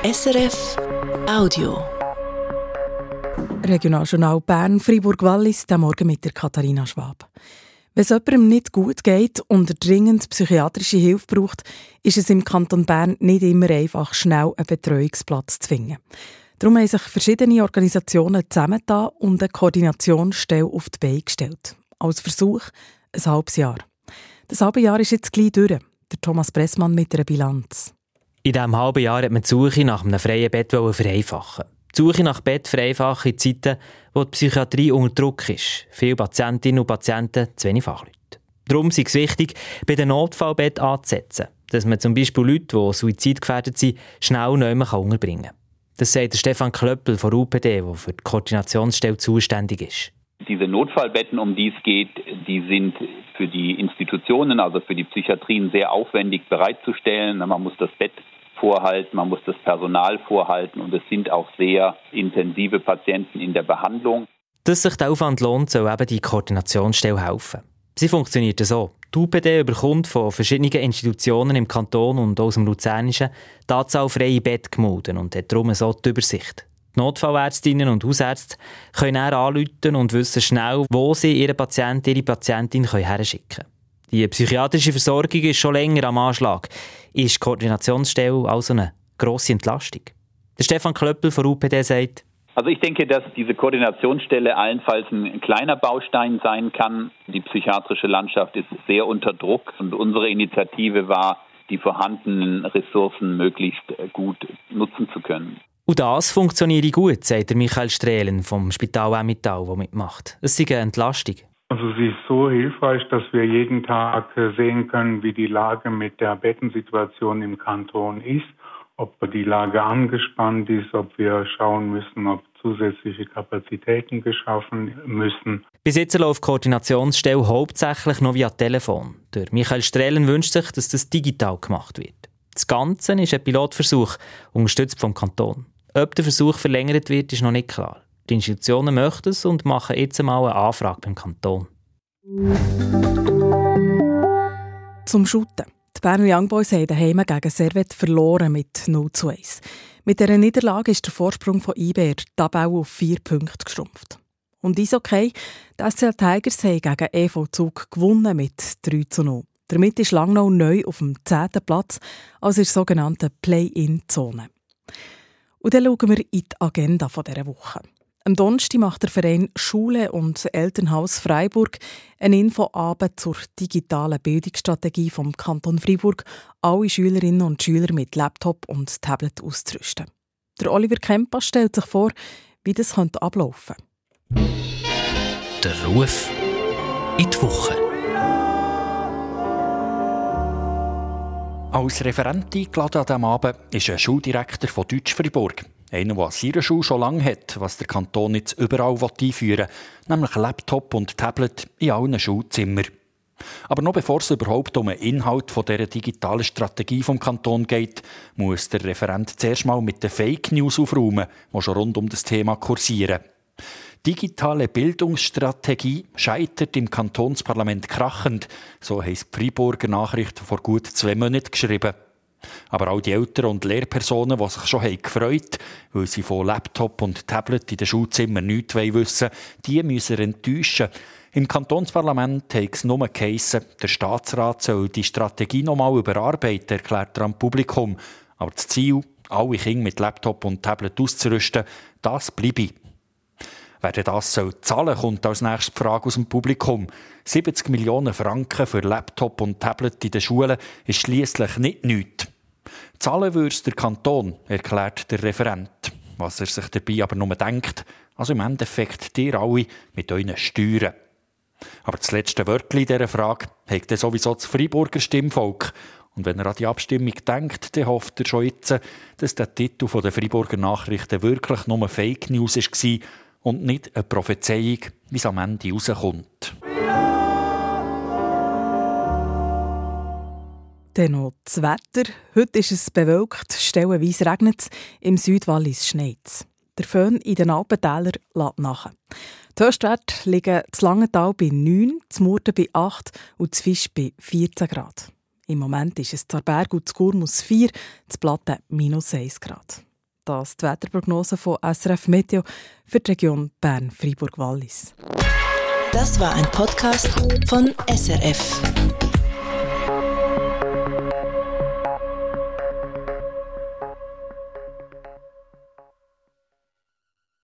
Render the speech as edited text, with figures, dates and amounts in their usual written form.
SRF Audio. Regionaljournal Bern, Freiburg-Wallis, der Morgen mit der Katharina Schwab. Wenn es jemandem nicht gut geht und er dringend psychiatrische Hilfe braucht, ist es im Kanton Bern nicht immer einfach, schnell einen Betreuungsplatz zu finden. Darum haben sich verschiedene Organisationen zusammengetan und eine Koordinationsstelle auf die Beine gestellt. Als Versuch ein halbes Jahr. Das halbe Jahr ist jetzt gleich durch. Der Thomas Pressmann mit einer Bilanz. In diesem halben Jahr hat man die Suche nach einem freien Bett vereinfachen. Die Suche nach Bett vereinfachen in Zeiten, wo die Psychiatrie unter Druck ist. Viele Patientinnen und Patienten, zu wenig Fachleute. Darum ist es wichtig, bei den Notfallbetten anzusetzen, dass man zum Beispiel Leute, die suizidgefährdet sind, schnell neu unterbringen kann. Das sagt Stefan Klöppel von UPD, der für die Koordinationsstelle zuständig ist. Diese Notfallbetten, um die es geht, die sind für die Institutionen, also für die Psychiatrien, sehr aufwendig bereitzustellen. Man muss das Bett vorhalten, man muss das Personal vorhalten und es sind auch sehr intensive Patienten in der Behandlung. Dass sich der Aufwand lohnt, soll eben die Koordinationsstelle helfen. Sie funktioniert so. Die UPD bekommt von verschiedenen Institutionen im Kanton und aus dem Luzernischen die Anzahl freie Betten gemeldet und hat darum so die Übersicht. Die Notfallärztinnen und Hausärzte können dann anrufen und wissen schnell, wo sie ihre Patientin herschicken können. Die psychiatrische Versorgung ist schon länger am Anschlag. Ist die Koordinationsstelle also eine grosse Entlastung? Der Stefan Klöppel von UPD sagt: Also ich denke, dass diese Koordinationsstelle allenfalls ein kleiner Baustein sein kann. Die psychiatrische Landschaft ist sehr unter Druck und unsere Initiative war, die vorhandenen Ressourcen möglichst gut nutzen zu können. Und das funktioniert gut, sagt der Michael Strehlen vom Spital Emmental, der mitmacht. Es ist eine Entlastung. Also sie ist so hilfreich, dass wir jeden Tag sehen können, wie die Lage mit der Bettensituation im Kanton ist, ob die Lage angespannt ist, ob wir schauen müssen, ob zusätzliche Kapazitäten geschaffen müssen. Bis jetzt läuft die Koordinationsstelle hauptsächlich noch via Telefon. Der Michael Strehlen wünscht sich, dass das digital gemacht wird. Das Ganze ist ein Pilotversuch, unterstützt vom Kanton. Ob der Versuch verlängert wird, ist noch nicht klar. Die Institutionen möchten es und machen jetzt einmal eine Anfrage beim Kanton. Zum Shooten. Die Berner Young Boys haben daheim gegen Servette verloren mit 0:1. Mit dieser Niederlage ist der Vorsprung von IB in der Tabelle auf 4 Punkte geschrumpft. Und Eishockey, die SCL Tigers haben gegen EV Zug gewonnen mit 3:0. Damit ist Langnau neu auf dem 10. Platz, also in der sogenannten Play-in-Zone. Und dann schauen wir in die Agenda dieser Woche. Am Donnerstag macht der Verein Schule und Elternhaus Freiburg einen Infoabend zur digitalen Bildungsstrategie vom Kanton Freiburg, alle Schülerinnen und Schüler mit Laptop und Tablet auszurüsten. Der Oliver Kempa stellt sich vor, wie das ablaufen könnte. Der Ruf in die Woche. Als Referent eingeladen an diesem Abend ist ein Schuldirektor von Deutsch Fribourg. Einer, der an seiner Schule schon lange hat, was der Kanton jetzt überall einführen will, nämlich Laptop und Tablet in allen Schulzimmern. Aber noch bevor es überhaupt um den Inhalt dieser digitalen Strategie vom Kanton geht, muss der Referent zuerst mal mit den Fake News aufräumen, die schon rund um das Thema kursieren. Digitale Bildungsstrategie scheitert im Kantonsparlament krachend, so heisst die Freiburger Nachricht vor gut 2 Monaten geschrieben. Aber auch die Eltern und Lehrpersonen, die sich schon gefreut haben, weil sie von Laptop und Tablet in den Schulzimmern nichts wissen wollen, die müssen enttäuschen. Im Kantonsparlament hat es nur geheissen, der Staatsrat soll die Strategie noch einmal überarbeiten, erklärt er am Publikum. Aber das Ziel, alle Kinder mit Laptop und Tablet auszurüsten, das bleibe. Wer das zahlen soll, kommt als nächste Frage aus dem Publikum. 70 Millionen Franken für Laptop und Tablet in den Schulen ist schliesslich nicht nichts. Zahlen würde es der Kanton, erklärt der Referent. Was er sich dabei aber nur denkt, also im Endeffekt ihr alle mit euren Steuern. Aber das letzte Wörtchen dieser Frage hat sowieso das Freiburger Stimmvolk. Und wenn er an die Abstimmung denkt, dann hofft er schon jetzt, dass der Titel der Freiburger Nachrichten wirklich nur Fake News war und nicht eine Prophezeiung, wie es am Ende rauskommt. Dann noch das Wetter. Heute ist es bewölkt, stellenweise regnet es, im Südwallis schneit es. Der Föhn in den Alpentälern lässt nach. Die Höchstwerte liegen zu Langenthal bei 9, zu Murten bei 8 und zu Fisch bei 14 Grad. Im Moment ist es zu Berg und zu Gurmus 4, zu Platten -1 Grad. Das die Wetterprognose von SRF Meteo für die Region Bern-Freiburg-Wallis. Das war ein Podcast von SRF.